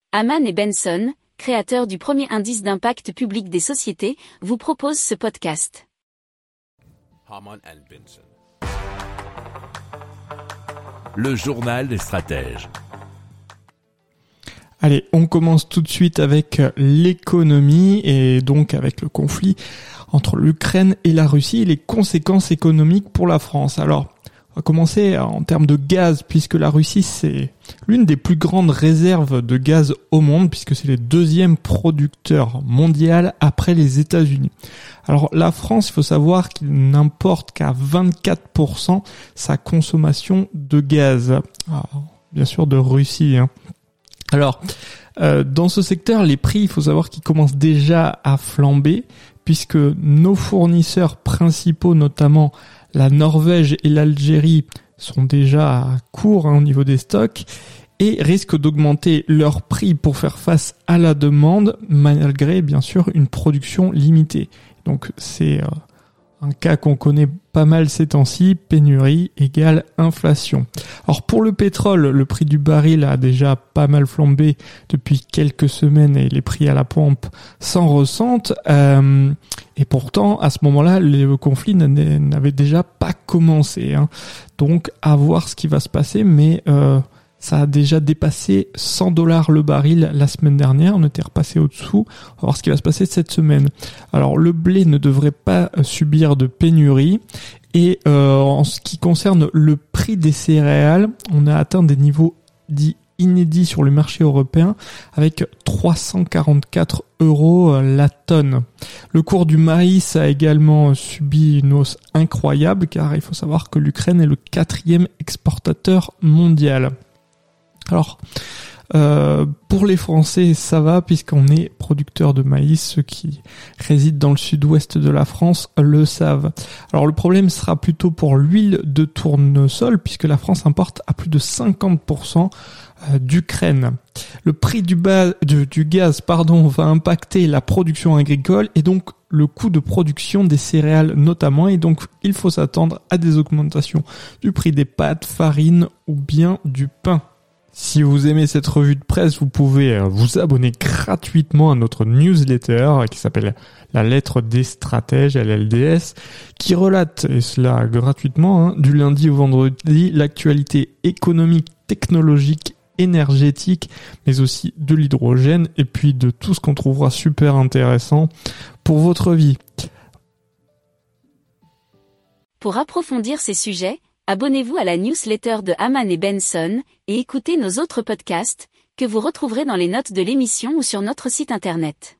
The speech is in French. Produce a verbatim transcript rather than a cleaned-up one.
Hamann et Benson, créateurs du premier indice d'impact public des sociétés, vous proposent ce podcast. Hamann and Benson. Le journal des stratèges. Allez, on commence tout de suite avec l'économie et donc avec le conflit entre l'Ukraine et la Russie et les conséquences économiques pour la France. Alors, on va commencer en termes de gaz, puisque la Russie, c'est l'une des plus grandes réserves de gaz au monde, puisque c'est le deuxième producteur mondial après les États-Unis. Alors, la France, il faut savoir qu'il n'importe qu'à vingt-quatre pour cent sa consommation de gaz. Alors, bien sûr, de Russie, hein. Alors, euh, dans ce secteur, les prix, il faut savoir qu'ils commencent déjà à flamber, puisque nos fournisseurs principaux, notamment la Norvège et l'Algérie, sont déjà à court hein, au niveau des stocks et risquent d'augmenter leurs prix pour faire face à la demande, malgré bien sûr une production limitée. Donc c'est euh, un cas qu'on connaît pas mal ces temps-ci, pénurie égale inflation. Alors pour le pétrole, le prix du baril a déjà pas mal flambé depuis quelques semaines et les prix à la pompe s'en ressentent. Euh, et pourtant, à ce moment-là, le conflit n'avait déjà pas commencé. Hein. Donc à voir ce qui va se passer, mais euh, ça a déjà dépassé cent dollars le baril la semaine dernière. On était repassé au-dessous. On va voir ce qui va se passer cette semaine. Alors, le blé ne devrait pas subir de pénurie. Et euh, en ce qui concerne le prix des céréales, on a atteint des niveaux dits inédits sur le marché européen avec trois cent quarante-quatre euros la tonne. Le cours du maïs a également subi une hausse incroyable car il faut savoir que l'Ukraine est le quatrième exportateur mondial. Alors, euh, pour les Français, ça va puisqu'on est producteur de maïs. Ceux qui résident dans le sud-ouest de la France le savent. Alors, le problème sera plutôt pour l'huile de tournesol puisque la France importe à plus de cinquante pour cent d'Ukraine. Le prix du, bas, du, du gaz pardon, va impacter la production agricole et donc le coût de production des céréales notamment. Et donc, il faut s'attendre à des augmentations du prix des pâtes, farines ou bien du pain. Si vous aimez cette revue de presse, vous pouvez vous abonner gratuitement à notre newsletter qui s'appelle La Lettre des Stratèges, L L D S, qui relate, et cela gratuitement, hein, du lundi au vendredi, l'actualité économique, technologique, énergétique, mais aussi de l'hydrogène et puis de tout ce qu'on trouvera super intéressant pour votre vie. Pour approfondir ces sujets, abonnez-vous à la newsletter de Hamann et Benson et écoutez nos autres podcasts que vous retrouverez dans les notes de l'émission ou sur notre site internet.